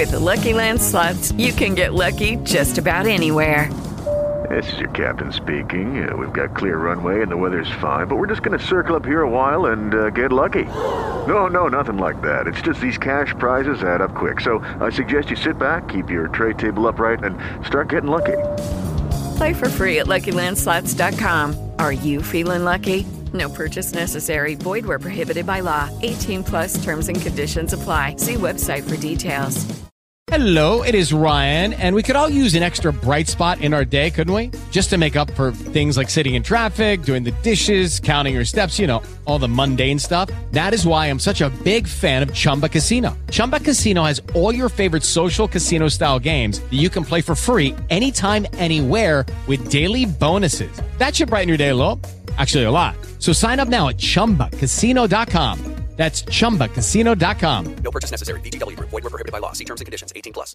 With the Lucky Land Slots, you can get lucky just about anywhere. This is your captain speaking. We've got clear runway and the weather's fine, but we're just going to circle up here a while and get lucky. No, nothing like that. It's just these cash prizes add up quick. So I suggest you sit back, keep your tray table upright, and start getting lucky. Play for free at LuckyLandSlots.com. Are you feeling lucky? No purchase necessary. Void where prohibited by law. 18 plus terms and conditions apply. See website for details. Hello, it is Ryan, and we could all use an extra bright spot in our day, couldn't we? Just to make up for things like sitting in traffic, doing the dishes, counting your steps, you know, all the mundane stuff. That is why I'm such a big fan of Chumba Casino. Chumba Casino has all your favorite social casino-style games that you can play for free anytime, anywhere with daily bonuses. That should brighten your day a little. Actually, a lot. So sign up now at ChumbaCasino.com. That's ChumbaCasino.com. No purchase necessary. VGW Group. Void where prohibited by law. See terms and conditions. 18 plus.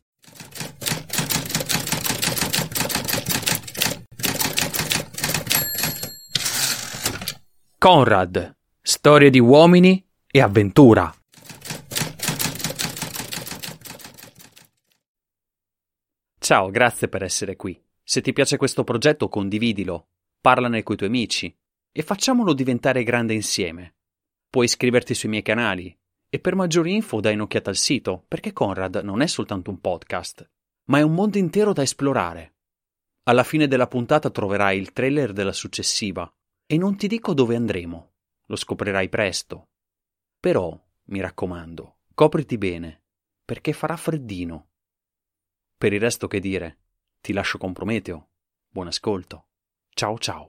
Conrad. Storie di uomini e avventura. Ciao, grazie per essere qui. Se ti piace questo progetto, condividilo, parlane coi tuoi amici e facciamolo diventare grande insieme. Puoi iscriverti sui miei canali e per maggiori info dai un'occhiata al sito, perché Conrad non è soltanto un podcast, ma è un mondo intero da esplorare. Alla fine della puntata troverai il trailer della successiva e non ti dico dove andremo, lo scoprirai presto. Però, mi raccomando, copriti bene, perché farà freddino. Per il resto che dire, ti lascio con Prometeo. Buon ascolto. Ciao ciao.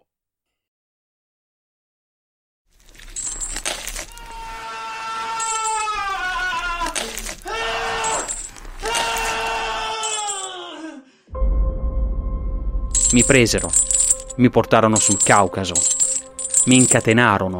Mi presero, mi portarono sul Caucaso, mi incatenarono,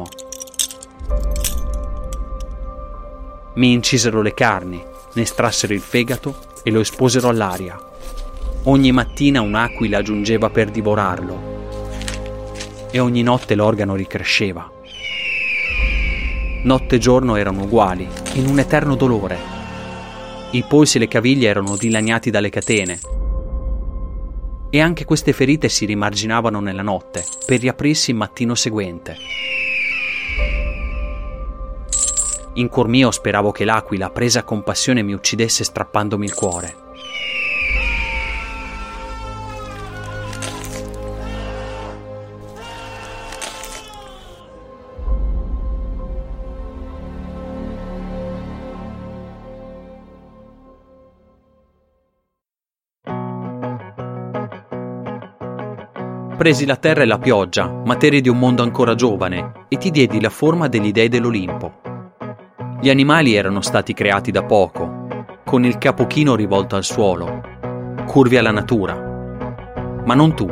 mi incisero le carni, ne estrassero il fegato e lo esposero all'aria. Ogni mattina un'aquila giungeva per divorarlo e ogni notte l'organo ricresceva. Notte e giorno erano uguali, in un eterno dolore. I polsi e le caviglie erano dilaniati dalle catene. E anche queste ferite si rimarginavano nella notte, per riaprirsi il mattino seguente. In cuor mio speravo che l'aquila, presa a compassione, mi uccidesse strappandomi il cuore. Presi la terra e la pioggia, materie di un mondo ancora giovane, e ti diedi la forma degli dei dell'Olimpo. Gli animali erano stati creati da poco, con il capo chino rivolto al suolo, curvi alla natura. Ma non tu.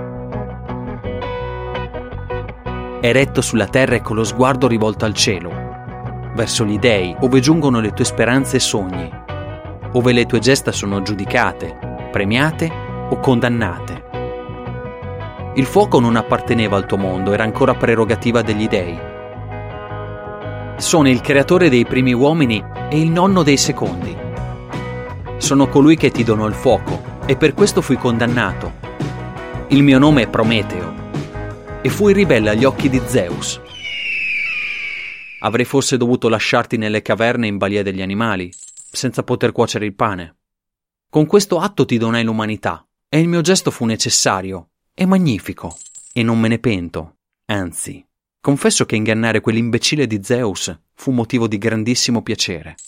Eretto sulla terra e con lo sguardo rivolto al cielo, verso gli dei, ove giungono le tue speranze e sogni, ove le tue gesta sono giudicate, premiate o condannate. Il fuoco non apparteneva al tuo mondo, era ancora prerogativa degli dei. Sono il creatore dei primi uomini e il nonno dei secondi. Sono colui che ti donò il fuoco e per questo fui condannato. Il mio nome è Prometeo e fui ribelle agli occhi di Zeus. Avrei forse dovuto lasciarti nelle caverne in balia degli animali, senza poter cuocere il pane. Con questo atto ti donai l'umanità e il mio gesto fu necessario. È magnifico, e non me ne pento. Anzi, confesso che ingannare quell'imbecille di Zeus fu motivo di grandissimo piacere.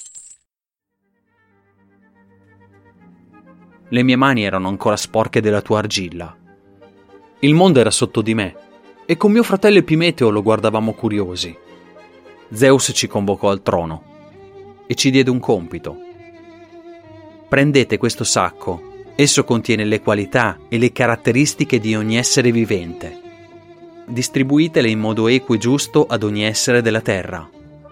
Le mie mani erano ancora sporche della tua argilla. Il mondo era sotto di me, e con mio fratello Epimeteo lo guardavamo curiosi. Zeus ci convocò al trono, e ci diede un compito. Prendete questo sacco. Esso contiene le qualità e le caratteristiche di ogni essere vivente. Distribuitele in modo equo e giusto ad ogni essere della terra.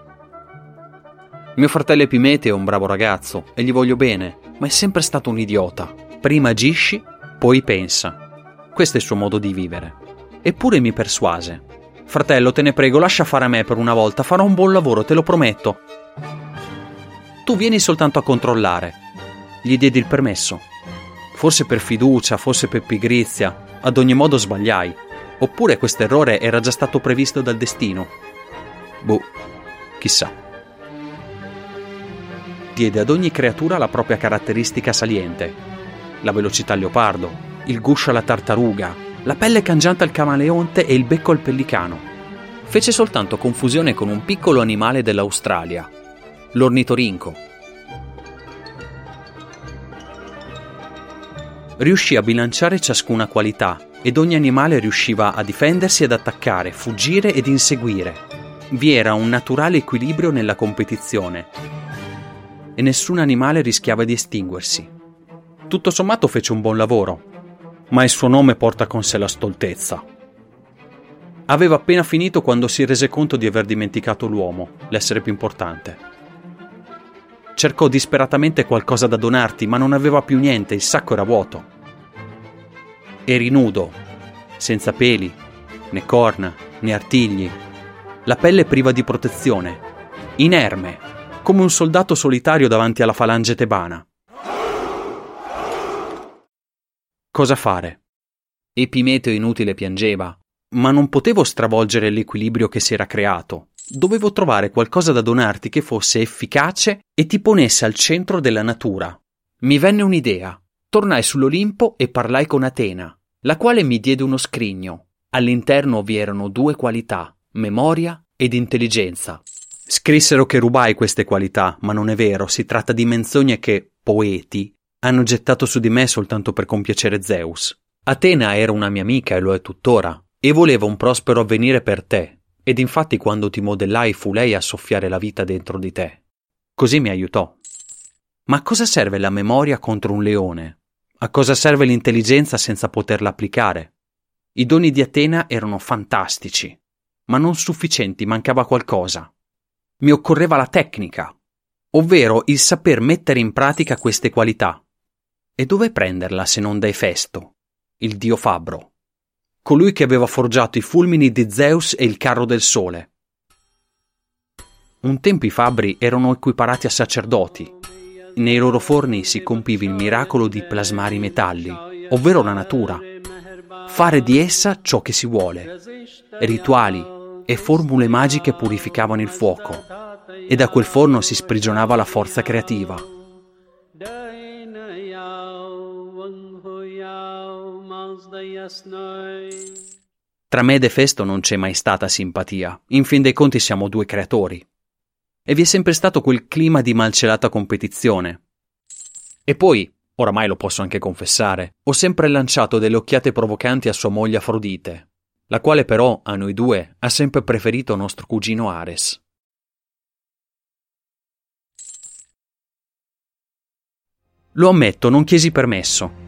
Mio fratello Epimeteo è un bravo ragazzo e gli voglio bene, ma è sempre stato un idiota. Prima agisci, poi pensa. Questo è il suo modo di vivere. Eppure mi persuase. Fratello, te ne prego, lascia fare a me per una volta, farò un buon lavoro, te lo prometto. Tu vieni soltanto a controllare. Gli diedi il permesso. Forse per fiducia, forse per pigrizia, ad ogni modo sbagliai. Oppure questo errore era già stato previsto dal destino. Boh, chissà. Diede ad ogni creatura la propria caratteristica saliente. La velocità al leopardo, il guscio alla tartaruga, la pelle cangiante al camaleonte e il becco al pellicano. Fece soltanto confusione con un piccolo animale dell'Australia, l'ornitorinco. Riuscì a bilanciare ciascuna qualità ed ogni animale riusciva a difendersi, ad attaccare, fuggire ed inseguire. Vi era un naturale equilibrio nella competizione e nessun animale rischiava di estinguersi. Tutto sommato fece un buon lavoro, ma il suo nome porta con sé la stoltezza. Aveva appena finito quando si rese conto di aver dimenticato l'uomo, l'essere più importante. Cercò disperatamente qualcosa da donarti, ma non aveva più niente, il sacco era vuoto. Eri nudo, senza peli, né corna, né artigli, la pelle priva di protezione, inerme, come un soldato solitario davanti alla falange tebana. Cosa fare? Epimeteo inutile piangeva, ma non potevo stravolgere l'equilibrio che si era creato. Dovevo trovare qualcosa da donarti che fosse efficace e ti ponesse al centro della natura. Mi venne un'idea. Tornai sull'Olimpo e parlai con Atena, la quale mi diede uno scrigno. All'interno vi erano 2 qualità, memoria ed intelligenza. Scrissero che rubai queste qualità, ma non è vero, si tratta di menzogne che poeti hanno gettato su di me soltanto per compiacere Zeus. Atena era una mia amica e lo è tuttora, e voleva un prospero avvenire per te. Ed infatti quando ti modellai fu lei a soffiare la vita dentro di te. Così mi aiutò. Ma a cosa serve la memoria contro un leone? A cosa serve l'intelligenza senza poterla applicare? I doni di Atena erano fantastici, ma non sufficienti, mancava qualcosa. Mi occorreva la tecnica, ovvero il saper mettere in pratica queste qualità. E dove prenderla se non da Efesto, il dio fabbro? Colui che aveva forgiato i fulmini di Zeus e il carro del sole. Un tempo i fabbri erano equiparati a sacerdoti. Nei loro forni si compiva il miracolo di plasmare i metalli, ovvero la natura. Fare di essa ciò che si vuole. Rituali e formule magiche purificavano il fuoco, e da quel forno si sprigionava la forza creativa. Tra me ed Efesto non c'è mai stata simpatia, in fin dei conti siamo 2 creatori. E vi è sempre stato quel clima di malcelata competizione. E poi, oramai lo posso anche confessare, ho sempre lanciato delle occhiate provocanti a sua moglie Afrodite, la quale però, a noi 2, ha sempre preferito nostro cugino Ares. Lo ammetto, non chiesi permesso.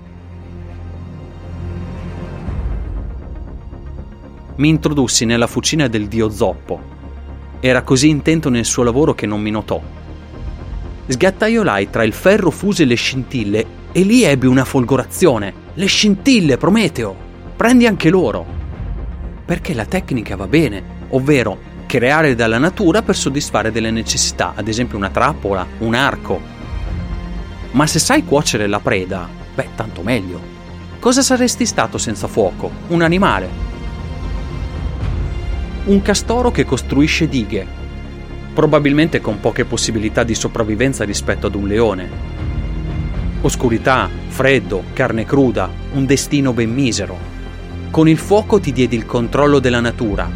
Mi introdussi nella fucina del dio Zoppo. Era così intento nel suo lavoro che non mi notò. Sgattaiolai tra il ferro fuso e le scintille e lì ebbi una folgorazione. Le scintille, Prometeo! Prendi anche loro! Perché la tecnica va bene, ovvero creare dalla natura per soddisfare delle necessità, ad esempio una trappola, un arco. Ma se sai cuocere la preda, tanto meglio. Cosa saresti stato senza fuoco? Un animale? Un castoro che costruisce dighe, probabilmente con poche possibilità di sopravvivenza rispetto ad un leone. Oscurità, freddo, carne cruda, un destino ben misero. Con il fuoco ti diedi il controllo della natura.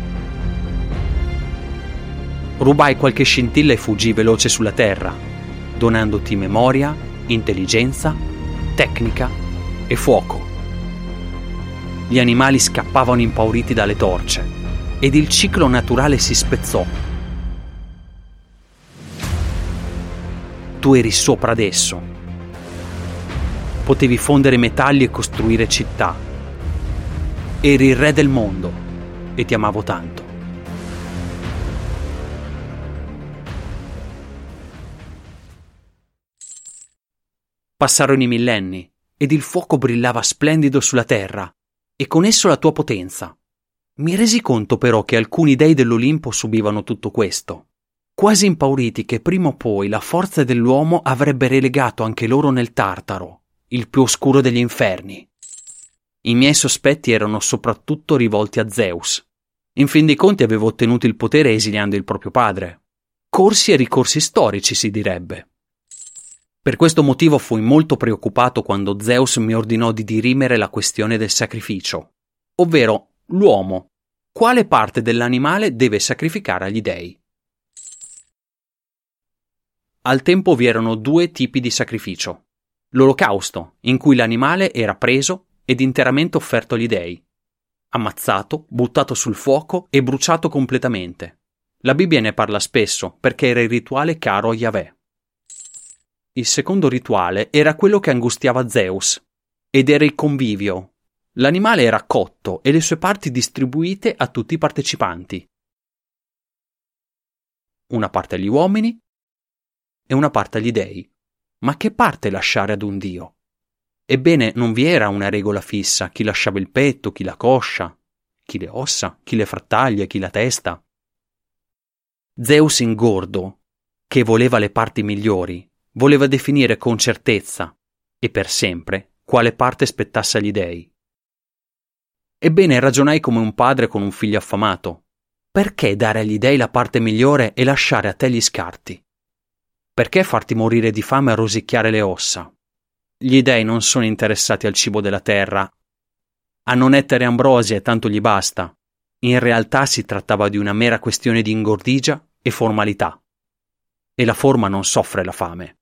Rubai qualche scintilla e fuggii veloce sulla terra, donandoti memoria, intelligenza, tecnica e fuoco. Gli animali scappavano impauriti dalle torce ed il ciclo naturale si spezzò. Tu eri sopra adesso. Potevi fondere metalli e costruire città. Eri il re del mondo e ti amavo tanto. Passarono i millenni ed il fuoco brillava splendido sulla terra e con esso la tua potenza. Mi resi conto però che alcuni dei dell'Olimpo subivano tutto questo. quasi impauriti che prima o poi la forza dell'uomo avrebbe relegato anche loro nel Tartaro, il più oscuro degli inferni. I miei sospetti erano soprattutto rivolti a Zeus. In fin dei conti avevo ottenuto il potere esiliando il proprio padre. Corsi e ricorsi storici, si direbbe. Per questo motivo fui molto preoccupato quando Zeus mi ordinò di dirimere la questione del sacrificio, ovvero l'uomo. Quale parte dell'animale deve sacrificare agli dei? Al tempo vi erano 2 tipi di sacrificio. L'olocausto, in cui l'animale era preso ed interamente offerto agli dei. Ammazzato, buttato sul fuoco e bruciato completamente. La Bibbia ne parla spesso perché era il rituale caro a Yahweh. Il secondo rituale era quello che angustiava Zeus, ed era il convivio. L'animale era cotto e le sue parti distribuite a tutti i partecipanti. Una parte agli uomini e una parte agli dei. Ma che parte lasciare ad un dio? Ebbene, non vi era una regola fissa, chi lasciava il petto, chi la coscia, chi le ossa, chi le frattaglie, chi la testa. Zeus ingordo, che voleva le parti migliori, voleva definire con certezza e per sempre quale parte spettasse agli dei. Ebbene, ragionai come un padre con un figlio affamato. Perché dare agli dei la parte migliore e lasciare a te gli scarti? Perché farti morire di fame e rosicchiare le ossa? Gli dei non sono interessati al cibo della terra. Hanno nettare e ambrosia e tanto gli basta. In realtà si trattava di una mera questione di ingordigia e formalità. E la forma non soffre la fame.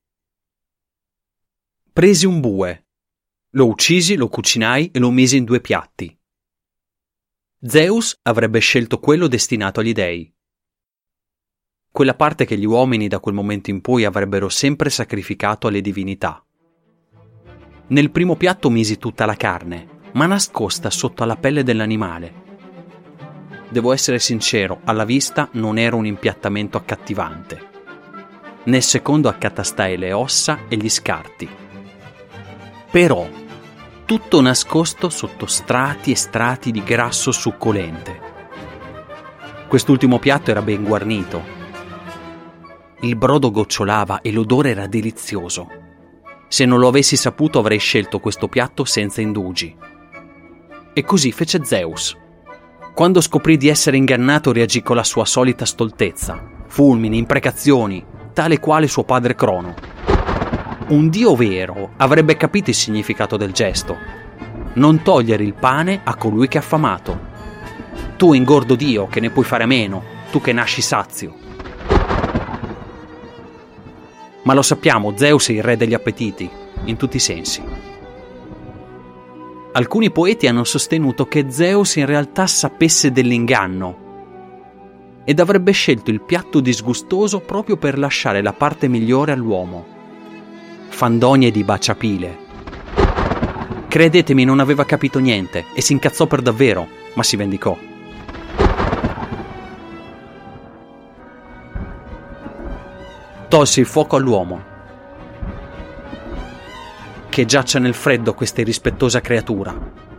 Presi un bue. Lo uccisi, lo cucinai e lo misi in 2 piatti. Zeus avrebbe scelto quello destinato agli dei. Quella parte che gli uomini da quel momento in poi avrebbero sempre sacrificato alle divinità. Nel primo piatto misi tutta la carne, ma nascosta sotto alla pelle dell'animale. Devo essere sincero, alla vista non era un impiattamento accattivante. Nel secondo accatastai le ossa e gli scarti. Però, tutto nascosto sotto strati e strati di grasso succolente. Quest'ultimo piatto era ben guarnito. Il brodo gocciolava e l'odore era delizioso. Se non lo avessi saputo avrei scelto questo piatto senza indugi. E così fece Zeus. Quando scoprì di essere ingannato reagì con la sua solita stoltezza, fulmini, imprecazioni, tale quale suo padre Crono. Un dio vero avrebbe capito il significato del gesto. Non togliere il pane a colui che è affamato. Tu ingordo dio che ne puoi fare a meno, tu che nasci sazio. Ma lo sappiamo, Zeus è il re degli appetiti, in tutti i sensi. Alcuni poeti hanno sostenuto che Zeus in realtà sapesse dell'inganno ed avrebbe scelto il piatto disgustoso proprio per lasciare la parte migliore all'uomo. Fandonie di baciapile. Credetemi, non aveva capito niente e si incazzò per davvero, ma si vendicò. Tolse il fuoco all'uomo. Che giaccia nel freddo questa irrispettosa creatura.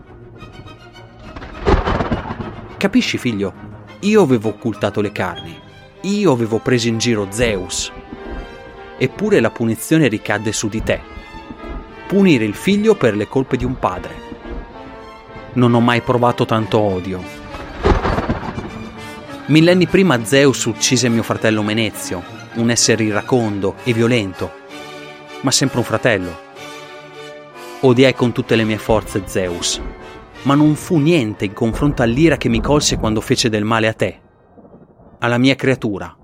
Capisci, figlio? Io avevo occultato le carni. Io avevo preso in giro Zeus. Eppure la punizione ricadde su di te. Punire il figlio per le colpe di un padre. Non ho mai provato tanto odio. Millenni prima Zeus uccise mio fratello Menezio, un essere iracondo e violento, ma sempre un fratello. Odiai con tutte le mie forze Zeus, ma non fu niente in confronto all'ira che mi colse quando fece del male a te, alla mia creatura.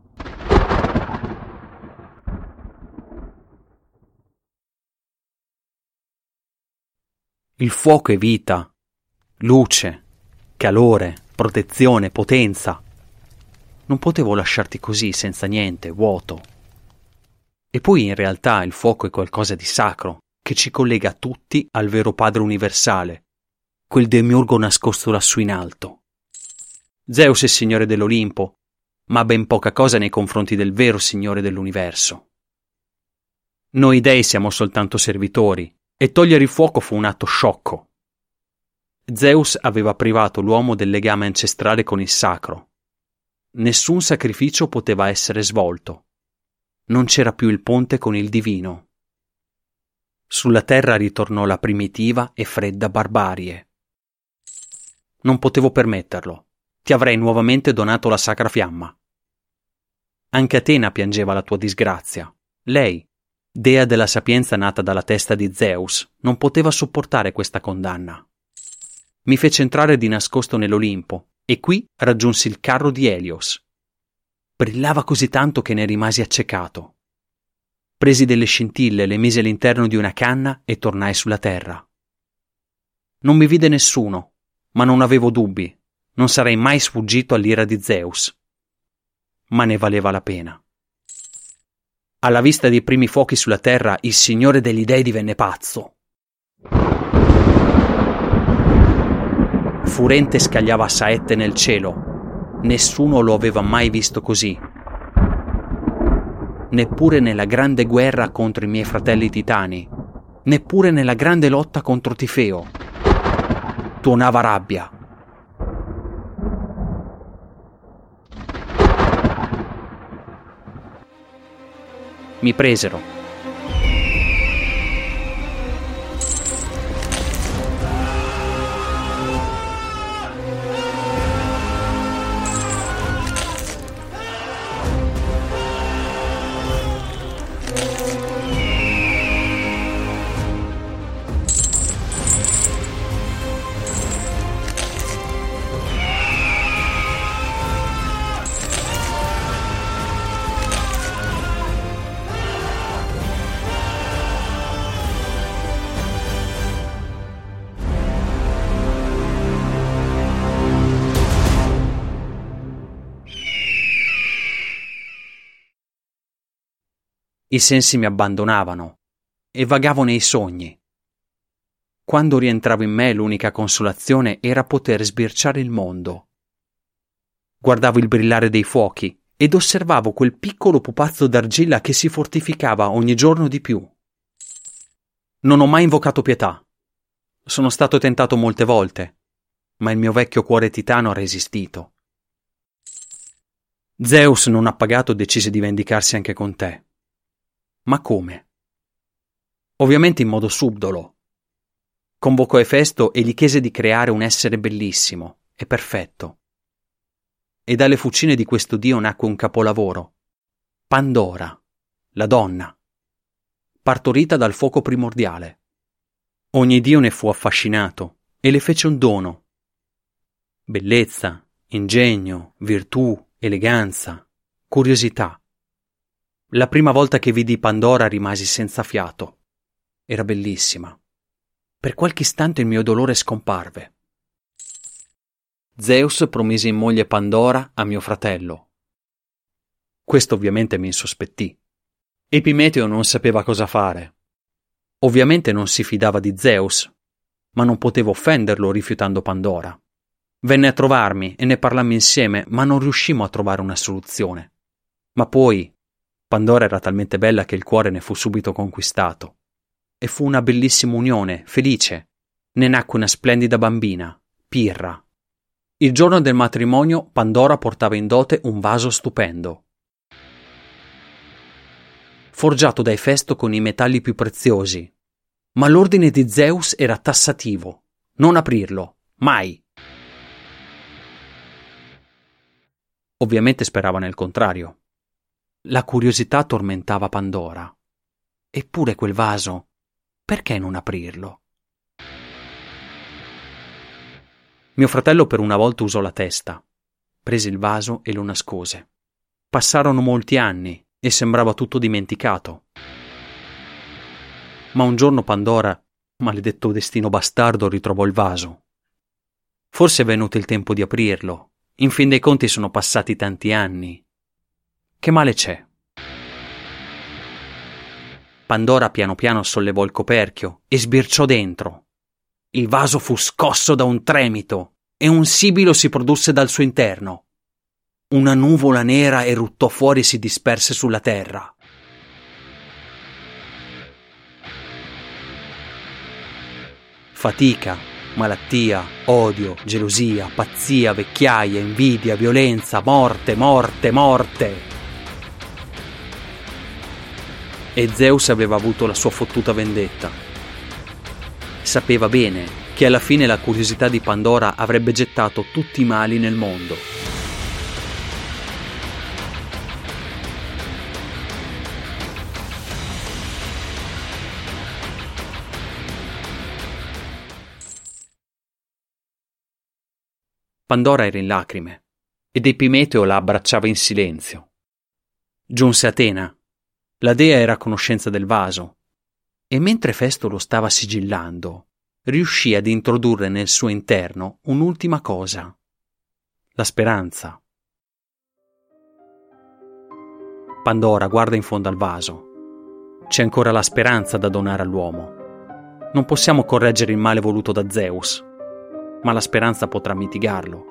Il fuoco è vita, luce, calore, protezione, potenza. Non potevo lasciarti così, senza niente, vuoto. E poi in realtà il fuoco è qualcosa di sacro, che ci collega tutti al vero Padre universale, quel demiurgo nascosto lassù in alto. Zeus è signore dell'Olimpo, ma ben poca cosa nei confronti del vero Signore dell'universo. Noi dei siamo soltanto servitori, e togliere il fuoco fu un atto sciocco. Zeus aveva privato l'uomo del legame ancestrale con il sacro. nessun sacrificio poteva essere svolto. Non c'era più il ponte con il divino. Sulla terra ritornò la primitiva e fredda barbarie. Non potevo permetterlo. Ti avrei nuovamente donato la sacra fiamma. Anche Atena piangeva la tua disgrazia. Lei, dea della sapienza nata dalla testa di Zeus, non poteva sopportare questa condanna. Mi fece entrare di nascosto nell'Olimpo e qui raggiunsi il carro di Elios. Brillava così tanto che ne rimasi accecato. Presi delle scintille, le misi all'interno di una canna e tornai sulla terra. Non mi vide nessuno, ma non avevo dubbi. Non sarei mai sfuggito all'ira di Zeus. Ma ne valeva la pena. Alla vista dei primi fuochi sulla terra, il signore degli dei divenne pazzo. Furente scagliava saette nel cielo. Nessuno lo aveva mai visto così. Neppure nella grande guerra contro i miei fratelli titani, neppure nella grande lotta contro Tifeo. Tuonava rabbia. Mi presero. I sensi mi abbandonavano e vagavo nei sogni. Quando rientravo in me, l'unica consolazione era poter sbirciare il mondo. Guardavo il brillare dei fuochi ed osservavo quel piccolo pupazzo d'argilla che si fortificava ogni giorno di più. Non ho mai invocato pietà. Sono stato tentato molte volte, ma il mio vecchio cuore titano ha resistito. Zeus, non appagato, decise di vendicarsi anche con te. Ma come? Ovviamente in modo subdolo. Convocò Efesto e gli chiese di creare un essere bellissimo e perfetto. E dalle fucine di questo dio nacque un capolavoro. Pandora, la donna, partorita dal fuoco primordiale. Ogni dio ne fu affascinato e le fece un dono. Bellezza, ingegno, virtù, eleganza, curiosità. La prima volta che vidi Pandora rimasi senza fiato. Era bellissima. Per qualche istante il mio dolore scomparve. Zeus promise in moglie Pandora a mio fratello. Questo ovviamente mi insospettì. Epimeteo non sapeva cosa fare. Ovviamente non si fidava di Zeus, ma non potevo offenderlo rifiutando Pandora. Venne a trovarmi e ne parlammo insieme, ma non riuscimmo a trovare una soluzione. Ma poi Pandora era talmente bella che il cuore ne fu subito conquistato. E fu una bellissima unione, felice. Ne nacque una splendida bambina, Pirra. Il giorno del matrimonio Pandora portava in dote un vaso stupendo, forgiato da Efesto con i metalli più preziosi. Ma l'ordine di Zeus era tassativo. Non aprirlo, mai. Ovviamente sperava nel contrario. La curiosità tormentava Pandora. Eppure quel vaso, perché non aprirlo? Mio fratello per una volta usò la testa, prese il vaso e lo nascose. Passarono molti anni e sembrava tutto dimenticato. Ma un giorno Pandora, maledetto destino bastardo, ritrovò il vaso. Forse è venuto il tempo di aprirlo. In fin dei conti sono passati tanti anni. Che male c'è? Pandora piano piano sollevò il coperchio e sbirciò dentro. Il vaso fu scosso da un tremito e un sibilo si produsse dal suo interno. Una nuvola nera eruttò fuori e si disperse sulla terra. Fatica, Malattia, odio, gelosia, pazzia, vecchiaia, invidia, violenza, morte, morte, morte. E Zeus aveva avuto la sua fottuta vendetta. Sapeva bene che alla fine la curiosità di Pandora avrebbe gettato tutti i mali nel mondo. Pandora era in lacrime ed Epimeteo la abbracciava in silenzio. Giunse Atena. La dea era a conoscenza del vaso e mentre Festo lo stava sigillando, riuscì ad introdurre nel suo interno un'ultima cosa: la speranza. Pandora, guarda in fondo al vaso. C'è ancora la speranza da donare all'uomo. Non possiamo correggere il male voluto da Zeus, ma la speranza potrà mitigarlo.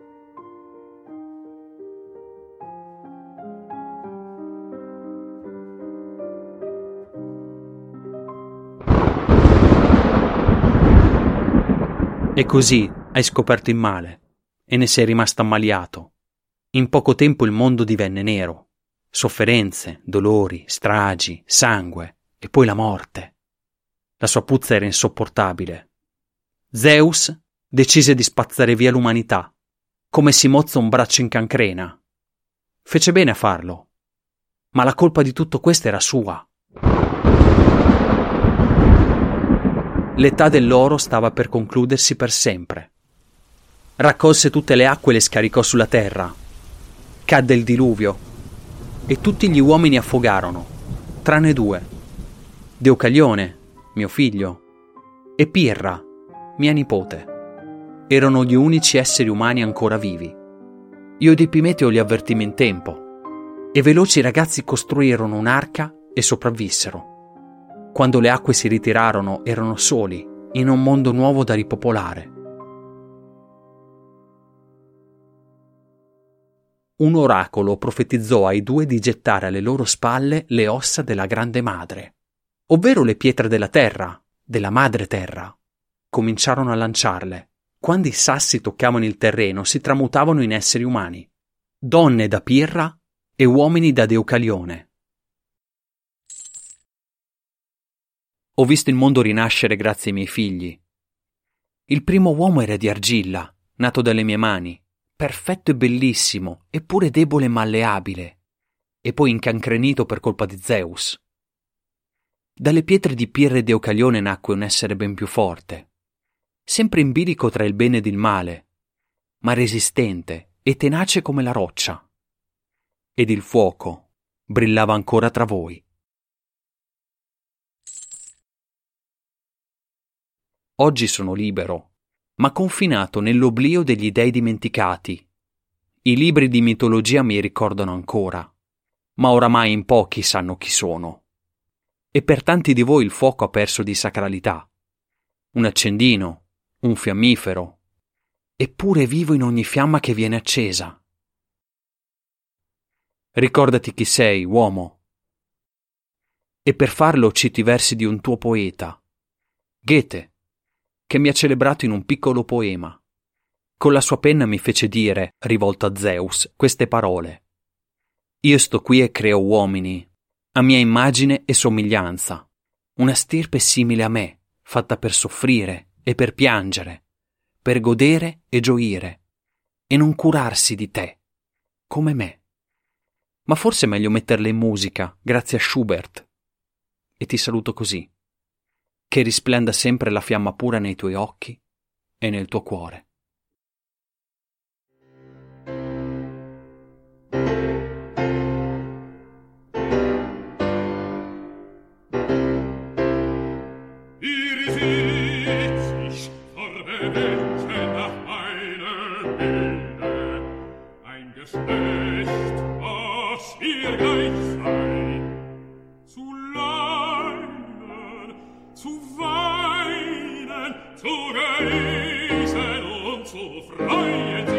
E così hai scoperto il male e ne sei rimasto ammaliato. In poco tempo il mondo divenne nero. Sofferenze, dolori, stragi, sangue e poi la morte. La sua puzza era insopportabile. Zeus decise di spazzare via l'umanità, come si mozza un braccio in cancrena. Fece bene a farlo, ma la colpa di tutto questo era sua. L'età dell'oro stava per concludersi per sempre. Raccolse tutte le acque e le scaricò sulla terra. Cadde il diluvio e tutti gli uomini affogarono, tranne due: Deucalione, mio figlio, e Pirra, mia nipote. Erano gli unici esseri umani ancora vivi. Io ed Epimeteo li avvertimmo in tempo e veloci ragazzi costruirono un'arca e sopravvissero. Quando le acque si ritirarono erano soli in un mondo nuovo da ripopolare. Un oracolo profetizzò ai due di gettare alle loro spalle le ossa della grande madre, ovvero le pietre della terra, della madre terra. Cominciarono a lanciarle. Quando i sassi toccavano il terreno si tramutavano in esseri umani, donne da Pirra e uomini da Deucalione. Ho visto il mondo rinascere grazie ai miei figli. Il primo uomo era di argilla, nato dalle mie mani, perfetto e bellissimo, eppure debole e malleabile, e poi incancrenito per colpa di Zeus. Dalle pietre di Pirra e Deucalione nacque un essere ben più forte, sempre in bilico tra il bene ed il male, ma resistente e tenace come la roccia. Ed il fuoco brillava ancora tra voi. Oggi sono libero, ma confinato nell'oblio degli dei dimenticati. I libri di mitologia mi ricordano ancora, ma oramai in pochi sanno chi sono. E per tanti di voi il fuoco ha perso di sacralità. Un accendino, un fiammifero, eppure vivo in ogni fiamma che viene accesa. Ricordati chi sei, uomo. E per farlo cito i versi di un tuo poeta, Goethe, che mi ha celebrato in un piccolo poema. Con la sua penna mi fece dire, rivolto a Zeus, queste parole: Io sto qui e creo uomini, a mia immagine e somiglianza, una stirpe simile a me, fatta per soffrire e per piangere, per godere e gioire, e non curarsi di te, come me. Ma forse è meglio metterle in musica, grazie a Schubert. E ti saluto così. Che risplenda sempre la fiamma pura nei tuoi occhi e nel tuo cuore. Zu reisen und zu freuen